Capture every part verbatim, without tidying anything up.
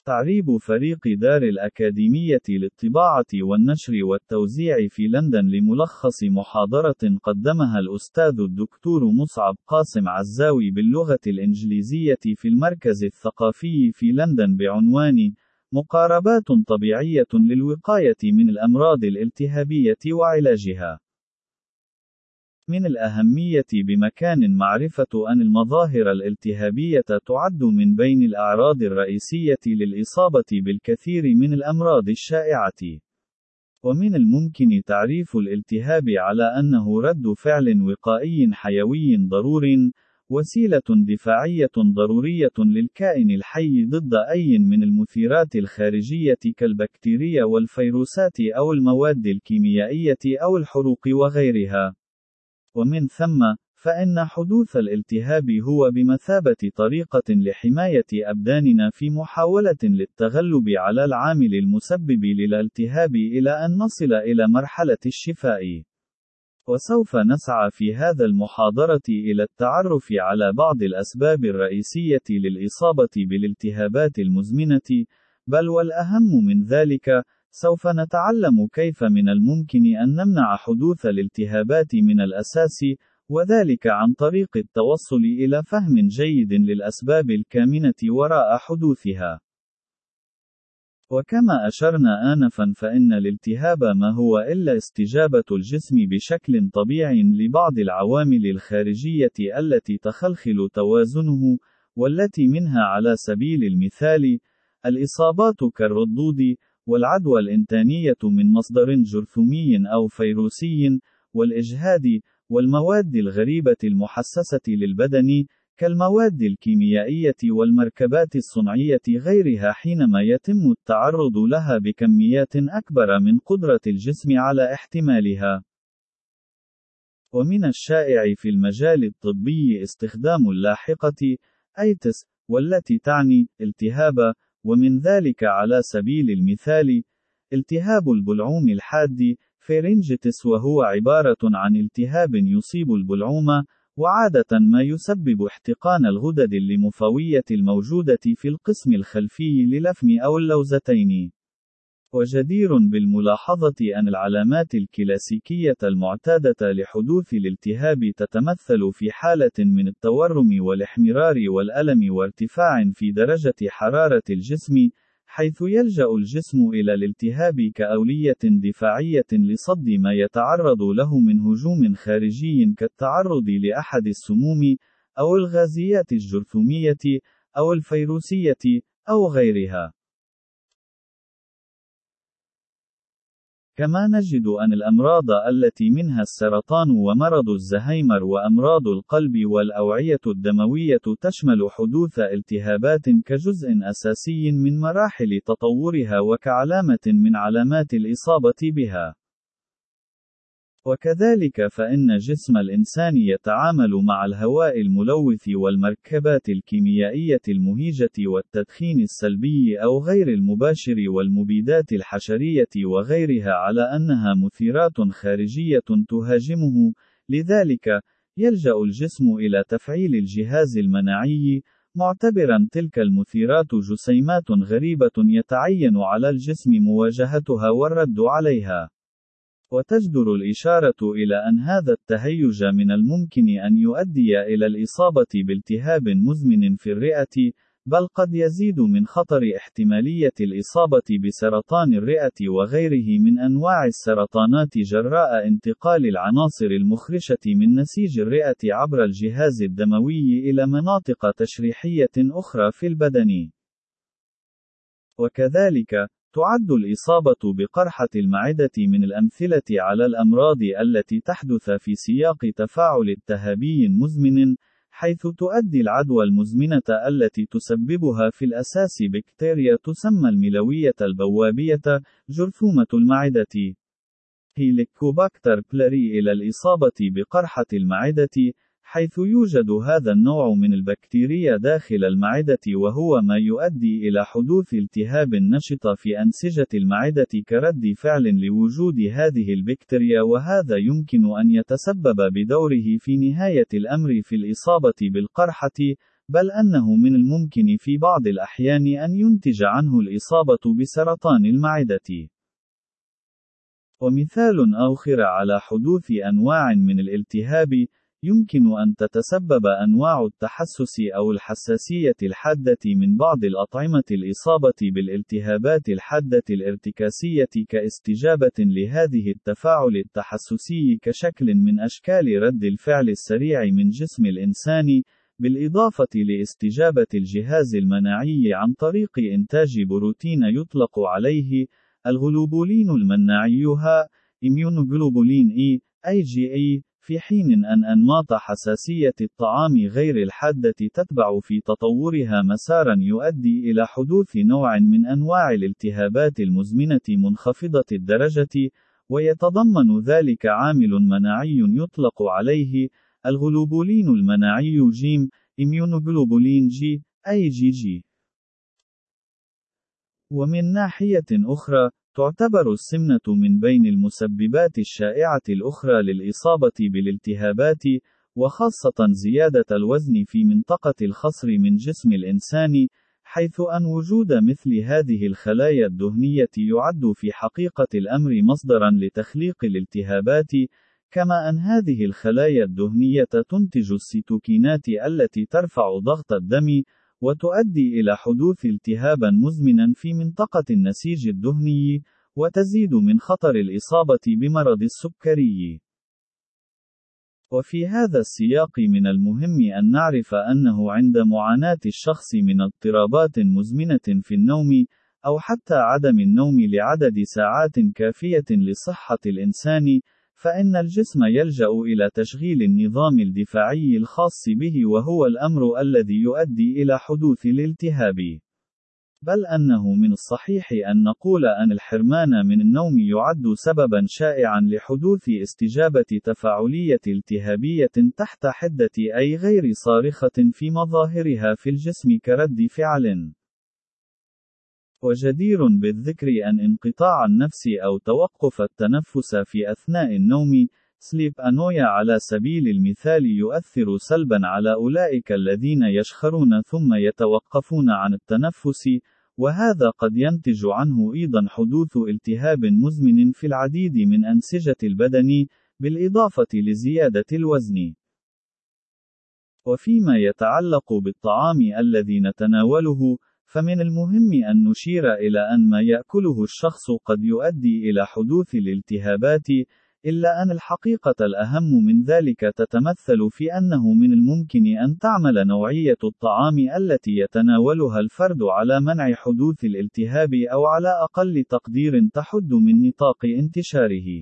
تعريب فريق دار الأكاديمية للطباعة والنشر والتوزيع في لندن لملخص محاضرة قدمها الأستاذ الدكتور مصعب قاسم عزاوي باللغة الإنجليزية في المركز الثقافي في لندن بعنوان مقاربات طبيعية للوقاية من الأمراض الالتهابية وعلاجها. من الأهمية بمكان معرفة أن المظاهر الالتهابية تعد من بين الأعراض الرئيسية للإصابة بالكثير من الأمراض الشائعة. ومن الممكن تعريف الالتهاب على أنه رد فعل وقائي حيوي ضرور، وسيلة دفاعية ضرورية للكائن الحي ضد أي من المثيرات الخارجية كالبكتيريا والفيروسات أو المواد الكيميائية أو الحروق وغيرها. ومن ثم، فإن حدوث الالتهاب هو بمثابة طريقة لحماية أبداننا في محاولة للتغلب على العامل المسبب للالتهاب إلى أن نصل إلى مرحلة الشفاء. وسوف نسعى في هذا المحاضرة إلى التعرف على بعض الأسباب الرئيسية للإصابة بالالتهابات المزمنة، بل والأهم من ذلك، سوف نتعلم كيف من الممكن أن نمنع حدوث الالتهابات من الأساس، وذلك عن طريق التوصل إلى فهم جيد للأسباب الكامنة وراء حدوثها. وكما أشرنا آنفا، فإن الالتهاب ما هو إلا استجابة الجسم بشكل طبيعي لبعض العوامل الخارجية التي تخلخل توازنه، والتي منها على سبيل المثال الإصابات كالردود، والعدوى الإنتانية من مصدر جرثومي أو فيروسي، والإجهاد، والمواد الغريبة المحسسة للبدن، كالمواد الكيميائية والمركبات الصنعية غيرها، حينما يتم التعرض لها بكميات أكبر من قدرة الجسم على احتمالها. ومن الشائع في المجال الطبي استخدام اللاحقة أيتس، والتي تعني التهاب، ومن ذلك على سبيل المثال التهاب البلعوم الحاد فيرينجيتس، وهو عبارة عن التهاب يصيب البلعوم، وعادة ما يسبب احتقان الغدد الليمفاوية الموجودة في القسم الخلفي للفم أو اللوزتين. وجدير بالملاحظة أن العلامات الكلاسيكية المعتادة لحدوث الالتهاب تتمثل في حالة من التورم والاحمرار والألم وارتفاع في درجة حرارة الجسم، حيث يلجأ الجسم إلى الالتهاب كأولية دفاعية لصد ما يتعرض له من هجوم خارجي كالتعرض لأحد السموم، أو الغازيات الجرثومية، أو الفيروسية، أو غيرها. كما نجد أن الأمراض التي منها السرطان ومرض الزهايمر وأمراض القلب والأوعية الدموية تشمل حدوث التهابات كجزء أساسي من مراحل تطورها وكعلامة من علامات الإصابة بها. وكذلك فإن جسم الإنسان يتعامل مع الهواء الملوث والمركبات الكيميائية المهيجة والتدخين السلبي أو غير المباشر والمبيدات الحشرية وغيرها على أنها مثيرات خارجية تهاجمه، لذلك يلجأ الجسم إلى تفعيل الجهاز المناعي، معتبرا تلك المثيرات جسيمات غريبة يتعين على الجسم مواجهتها والرد عليها. وتجدر الإشارة إلى أن هذا التهيج من الممكن أن يؤدي إلى الإصابة بالتهاب مزمن في الرئة، بل قد يزيد من خطر احتمالية الإصابة بسرطان الرئة وغيره من أنواع السرطانات جراء انتقال العناصر المخرشة من نسيج الرئة عبر الجهاز الدموي إلى مناطق تشريحية أخرى في البدن. وكذلك، تعد الإصابة بقرحة المعدة من الأمثلة على الأمراض التي تحدث في سياق تفاعل التهابي مزمن، حيث تؤدي العدوى المزمنة التي تسببها في الأساس بكتيريا تسمى الملوية البوابية، جرثومة المعدة هيليكوباكتر بلاري، إلى الإصابة بقرحة المعدة، حيث يوجد هذا النوع من البكتيريا داخل المعدة، وهو ما يؤدي إلى حدوث التهاب نشط في أنسجة المعدة كرد فعل لوجود هذه البكتيريا، وهذا يمكن أن يتسبب بدوره في نهاية الأمر في الإصابة بالقرحة، بل أنه من الممكن في بعض الأحيان أن ينتج عنه الإصابة بسرطان المعدة. ومثال آخر على حدوث أنواع من الالتهاب، يمكن أن تتسبب أنواع التحسس أو الحساسية الحادة من بعض الأطعمة الإصابة بالالتهابات الحادة الارتكاسية كاستجابة لهذه التفاعل التحسسي كشكل من أشكال رد الفعل السريع من جسم الإنسان، بالإضافة لاستجابة الجهاز المناعي عن طريق إنتاج بروتين يطلق عليه الغلوبولين المناعي ها immunoglobulin E أي جي إي، في حين أن أنماط حساسية الطعام غير الحادة تتبع في تطورها مسارا يؤدي إلى حدوث نوع من أنواع الالتهابات المزمنة منخفضة الدرجة، ويتضمن ذلك عامل مناعي يطلق عليه الغلوبولين المناعي جيم immunoglobulin G أي جي جي. ومن ناحية أخرى، تعتبر السمنة من بين المسببات الشائعة الأخرى للإصابة بالالتهابات، وخاصة زيادة الوزن في منطقة الخصر من جسم الإنسان، حيث أن وجود مثل هذه الخلايا الدهنية يعد في حقيقة الأمر مصدرا لتخليق الالتهابات، كما أن هذه الخلايا الدهنية تنتج السيتوكينات التي ترفع ضغط الدم، وتؤدي إلى حدوث التهابا مزمنا في منطقة النسيج الدهني، وتزيد من خطر الإصابة بمرض السكري. وفي هذا السياق من المهم أن نعرف أنه عند معاناة الشخص من اضطرابات مزمنة في النوم، أو حتى عدم النوم لعدد ساعات كافية لصحة الإنسان، فإن الجسم يلجأ إلى تشغيل النظام الدفاعي الخاص به، وهو الأمر الذي يؤدي إلى حدوث الالتهاب. بل أنه من الصحيح أن نقول أن الحرمان من النوم يعد سببا شائعا لحدوث استجابة تفاعلية التهابية تحت حدة أي غير صارخة في مظاهرها في الجسم كرد فعل. وجدير بالذكر أن انقطاع النفس أو توقف التنفس في أثناء النوم sleep apnea على سبيل المثال يؤثر سلبا على أولئك الذين يشخرون ثم يتوقفون عن التنفس، وهذا قد ينتج عنه أيضا حدوث التهاب مزمن في العديد من أنسجة البدن، بالإضافة لزيادة الوزن. وفيما يتعلق بالطعام الذي نتناوله، فمن المهم أن نشير إلى أن ما يأكله الشخص قد يؤدي إلى حدوث الالتهابات، إلا أن الحقيقة الأهم من ذلك تتمثل في أنه من الممكن أن تعمل نوعية الطعام التي يتناولها الفرد على منع حدوث الالتهاب، أو على أقل تقدير تحد من نطاق انتشاره.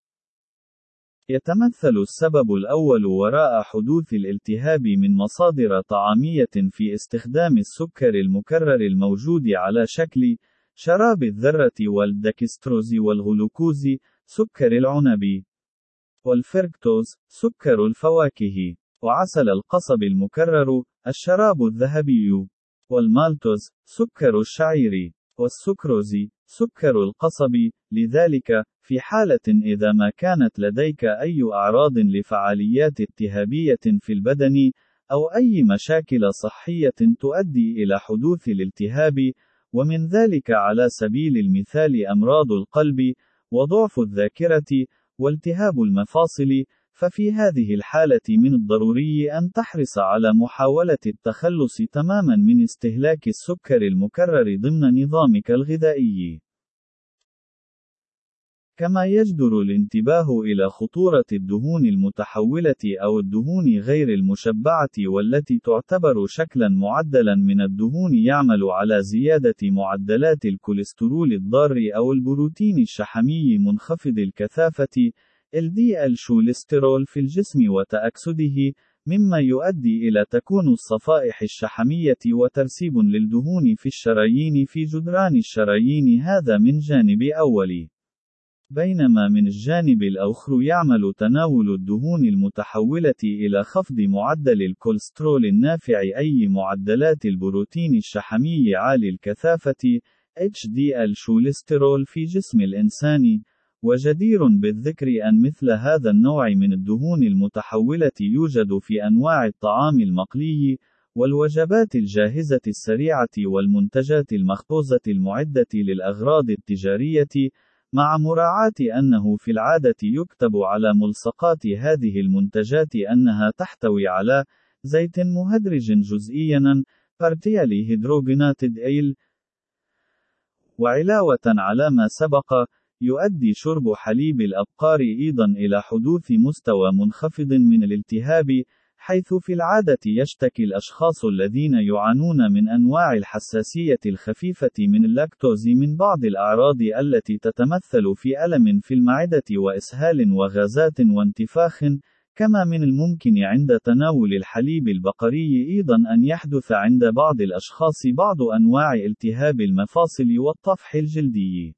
يتمثل السبب الأول وراء حدوث الالتهاب من مصادر طعامية في استخدام السكر المكرر الموجود على شكل شراب الذرة والدكستروز والغلوكوز سكر العنب، والفركتوز سكر الفواكه، وعسل القصب المكرر الشراب الذهبي، والمالتوز سكر الشعير، والسكروز سكر القصب. لذلك، في حالة إذا ما كانت لديك أي أعراض لفعاليات التهابية في البدن، أو أي مشاكل صحية تؤدي إلى حدوث الالتهاب، ومن ذلك على سبيل المثال أمراض القلب، وضعف الذاكرة، والتهاب المفاصل، ففي هذه الحالة من الضروري أن تحرص على محاولة التخلص تماما من استهلاك السكر المكرر ضمن نظامك الغذائي. كما يجدر الانتباه إلى خطورة الدهون المتحولة أو الدهون غير المشبعة، والتي تعتبر شكلا معدلا من الدهون يعمل على زيادة معدلات الكوليسترول الضار أو البروتين الشحمي منخفض الكثافة إل دي إل شوليسترول في الجسم وتأكسده، مما يؤدي إلى تكون الصفائح الشحمية وترسيب للدهون في الشرايين في جدران الشرايين، هذا من جانب أولي. بينما من الجانب الآخر يعمل تناول الدهون المتحولة إلى خفض معدل الكوليسترول النافع أي معدلات البروتين الشحمي عالي الكثافة إتش دي إل شوليسترول في جسم الإنسان. وجدير بالذكر أن مثل هذا النوع من الدهون المتحولة يوجد في أنواع الطعام المقلي، والوجبات الجاهزة السريعة والمنتجات المخبوزة المعدة للأغراض التجارية، مع مراعاة أنه في العادة يكتب على ملصقات هذه المنتجات أنها تحتوي على زيت مهدرج جزئياً partially hydrogenated oil. وعلاوة على ما سبق، يؤدي شرب حليب الأبقار أيضاً إلى حدوث مستوى منخفض من الالتهاب، حيث في العادة يشتكي الأشخاص الذين يعانون من أنواع الحساسية الخفيفة من اللاكتوز من بعض الأعراض التي تتمثل في ألم في المعدة وإسهال وغازات وانتفاخ، كما من الممكن عند تناول الحليب البقري أيضاً أن يحدث عند بعض الأشخاص بعض أنواع التهاب المفاصل والطفح الجلدي.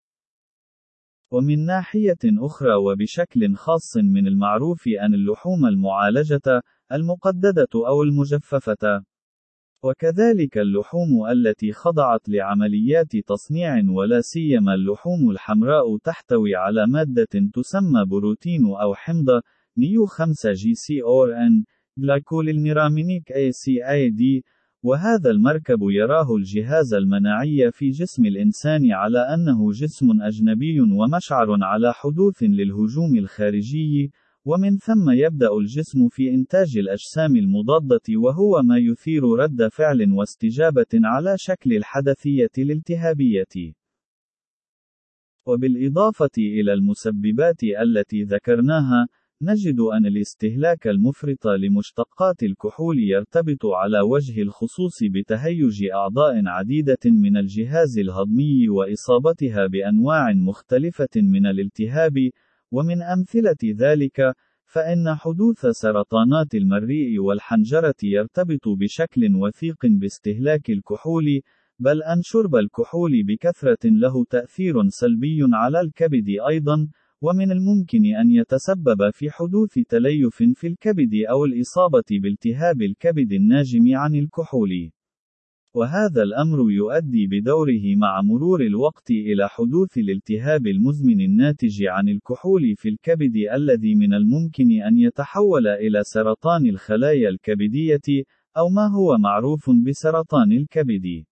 ومن ناحية أخرى وبشكل خاص من المعروف أن اللحوم المعالجة، المقددة أو المجففة، وكذلك اللحوم التي خضعت لعمليات تصنيع ولا سيما اللحوم الحمراء تحتوي على مادة تسمى بروتين أو حمض نيو خمسة جي سي أو إن جلايكوليلنيرامينيك إيه سي إيه دي، وهذا المركب يراه الجهاز المناعي في جسم الإنسان على أنه جسم أجنبي ومشعر على حدوث للهجوم الخارجي، ومن ثم يبدأ الجسم في إنتاج الأجسام المضادة، وهو ما يثير رد فعل واستجابة على شكل الحدثية الالتهابية. وبالإضافة إلى المسببات التي ذكرناها، نجد أن الاستهلاك المفرط لمشتقات الكحول يرتبط على وجه الخصوص بتهيج أعضاء عديدة من الجهاز الهضمي وإصابتها بأنواع مختلفة من الالتهاب، ومن أمثلة ذلك، فإن حدوث سرطانات المريء والحنجرة يرتبط بشكل وثيق باستهلاك الكحول، بل أن شرب الكحول بكثرة له تأثير سلبي على الكبد أيضاً، ومن الممكن أن يتسبب في حدوث تليف في الكبد أو الإصابة بالتهاب الكبد الناجم عن الكحول. وهذا الأمر يؤدي بدوره مع مرور الوقت إلى حدوث الالتهاب المزمن الناتج عن الكحول في الكبد، الذي من الممكن أن يتحول إلى سرطان الخلايا الكبدية، أو ما هو معروف بسرطان الكبد.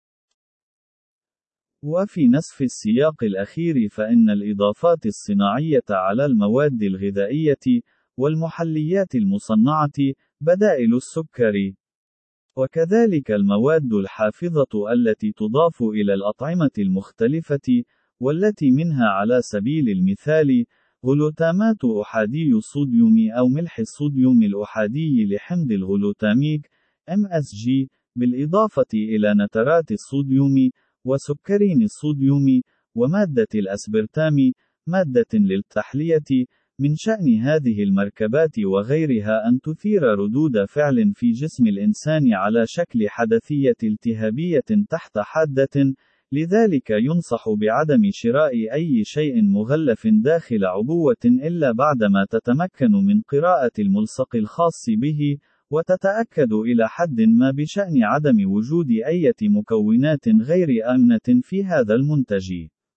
وفي نصف السياق الأخير، فإن الإضافات الصناعية على المواد الغذائية والمحليات المصنعة بدائل السكر، وكذلك المواد الحافظة التي تضاف إلى الأطعمة المختلفة، والتي منها على سبيل المثال غلوتامات أحادي الصوديوم أو ملح الصوديوم الأحادي لحمض الغلوتاميك إم إس جي، بالإضافة إلى نترات الصوديوم وسكرين الصوديوم ومادة الأسبرتام، مادة للتحلية. من شأن هذه المركبات وغيرها أن تثير ردود فعل في جسم الإنسان على شكل حدثية التهابية تحت حادة، لذلك ينصح بعدم شراء أي شيء مغلف داخل عبوة إلا بعدما تتمكن من قراءة الملصق الخاص به، وتتأكد إلى حد ما بشأن عدم وجود أي مكونات غير آمنة في هذا المنتج.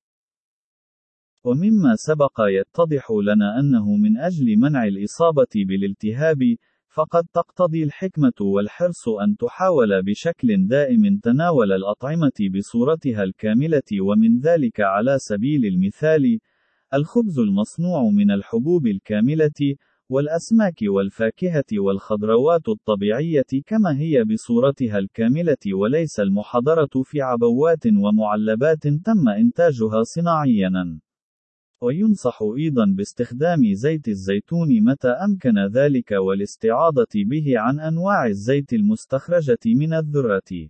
ومما سبق يتضح لنا أنه من أجل منع الإصابة بالالتهاب، فقد تقتضي الحكمة والحرص أن تحاول بشكل دائم تناول الأطعمة بصورتها الكاملة، ومن ذلك على سبيل المثال الخبز المصنوع من الحبوب الكاملة، والأسماك والفاكهة والخضروات الطبيعية كما هي بصورتها الكاملة، وليس المحضرة في عبوات ومعلبات تم إنتاجها صناعياً. وينصح أيضاً باستخدام زيت الزيتون متى أمكن ذلك، والاستعاضة به عن أنواع الزيت المستخرجة من الذرة.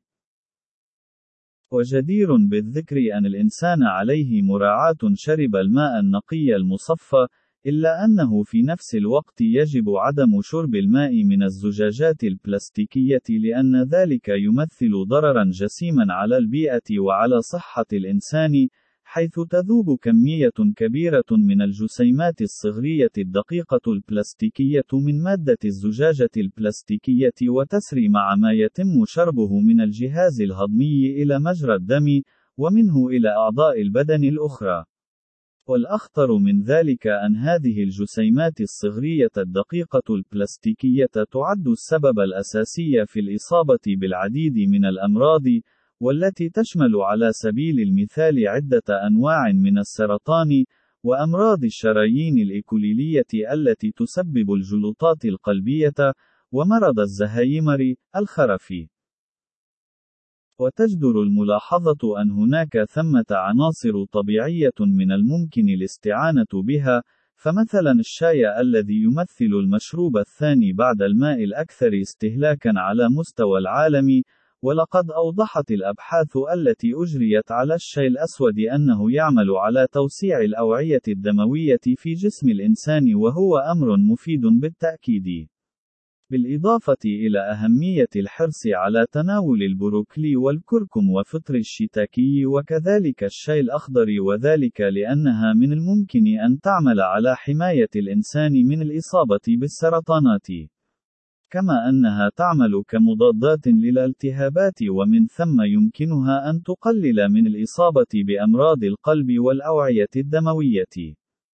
وجدير بالذكر أن الإنسان عليه مراعاة شرب الماء النقي المصفى، إلا أنه في نفس الوقت يجب عدم شرب الماء من الزجاجات البلاستيكية، لأن ذلك يمثل ضرراً جسيماً على البيئة وعلى صحة الإنسان، حيث تذوب كمية كبيرة من الجسيمات الصغرية الدقيقة البلاستيكية من مادة الزجاجة البلاستيكية، وتسري مع ما يتم شربه من الجهاز الهضمي إلى مجرى الدم، ومنه إلى أعضاء البدن الأخرى. والأخطر من ذلك أن هذه الجسيمات الصغرية الدقيقة البلاستيكية تعد السبب الأساسي في الإصابة بالعديد من الأمراض، والتي تشمل على سبيل المثال عدة أنواع من السرطان، وأمراض الشرايين الإكوليلية التي تسبب الجلطات القلبية، ومرض الزهايمر، الخرف. وتجدر الملاحظة أن هناك ثمة عناصر طبيعية من الممكن الاستعانة بها، فمثلا الشاي الذي يمثل المشروب الثاني بعد الماء الأكثر استهلاكا على مستوى العالم، ولقد أوضحت الأبحاث التي أجريت على الشاي الأسود أنه يعمل على توسيع الأوعية الدموية في جسم الإنسان، وهو أمر مفيد بالتأكيد. بالإضافة إلى أهمية الحرص على تناول البروكلي والكركم وفطر الشيتاكي وكذلك الشاي الأخضر، وذلك لأنها من الممكن أن تعمل على حماية الإنسان من الإصابة بالسرطانات، كما أنها تعمل كمضادات للالتهابات، ومن ثم يمكنها أن تقلل من الإصابة بأمراض القلب والأوعية الدموية.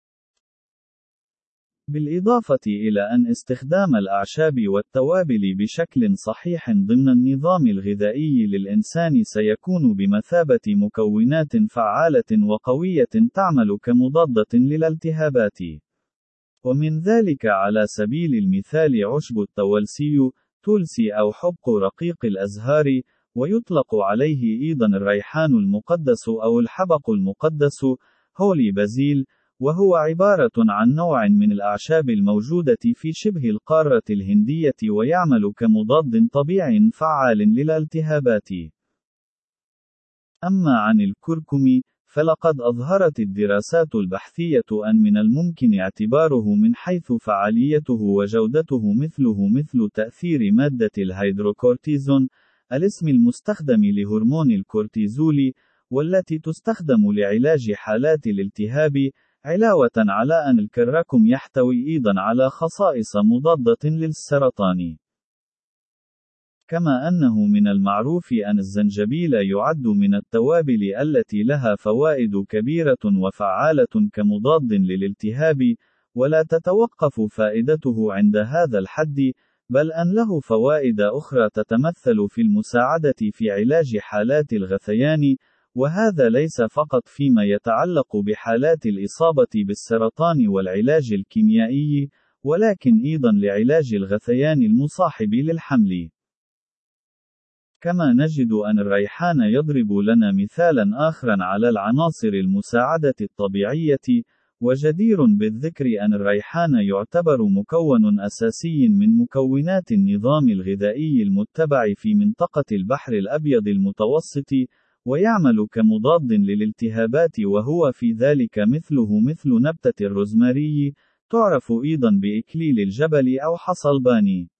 بالإضافة إلى أن استخدام الأعشاب والتوابل بشكل صحيح ضمن النظام الغذائي للإنسان سيكون بمثابة مكونات فعالة وقوية تعمل كمضادة للالتهابات. ومن ذلك على سبيل المثال عشب التوالسي، تولسي أو حبق رقيق الأزهار، ويطلق عليه أيضا الريحان المقدس أو الحبق المقدس، هولي بازيل، وهو عبارة عن نوع من الأعشاب الموجودة في شبه القارة الهندية، ويعمل كمضاد طبيعي فعال للالتهابات. أما عن الكركم، فلقد أظهرت الدراسات البحثية أن من الممكن اعتباره من حيث فعاليته وجودته مثله مثل تأثير مادة الهيدروكورتيزون، الاسم المستخدم لهرمون الكورتيزول، والتي تستخدم لعلاج حالات الالتهاب، علاوة على أن الكركم يحتوي أيضا على خصائص مضادة للسرطان. كما أنه من المعروف أن الزنجبيل يعد من التوابل التي لها فوائد كبيرة وفعالة كمضاد للالتهاب، ولا تتوقف فائدته عند هذا الحد، بل أن له فوائد أخرى تتمثل في المساعدة في علاج حالات الغثيان، وهذا ليس فقط فيما يتعلق بحالات الإصابة بالسرطان والعلاج الكيميائي، ولكن أيضا لعلاج الغثيان المصاحب للحمل. كما نجد أن الريحان يضرب لنا مثالا آخرا على العناصر المساعدة الطبيعية، وجدير بالذكر أن الريحان يعتبر مكون أساسي من مكونات النظام الغذائي المتبع في منطقة البحر الأبيض المتوسط، ويعمل كمضاد للالتهابات، وهو في ذلك مثله مثل نبتة الروزماري، تعرف أيضا بإكليل الجبل أو حصلباني.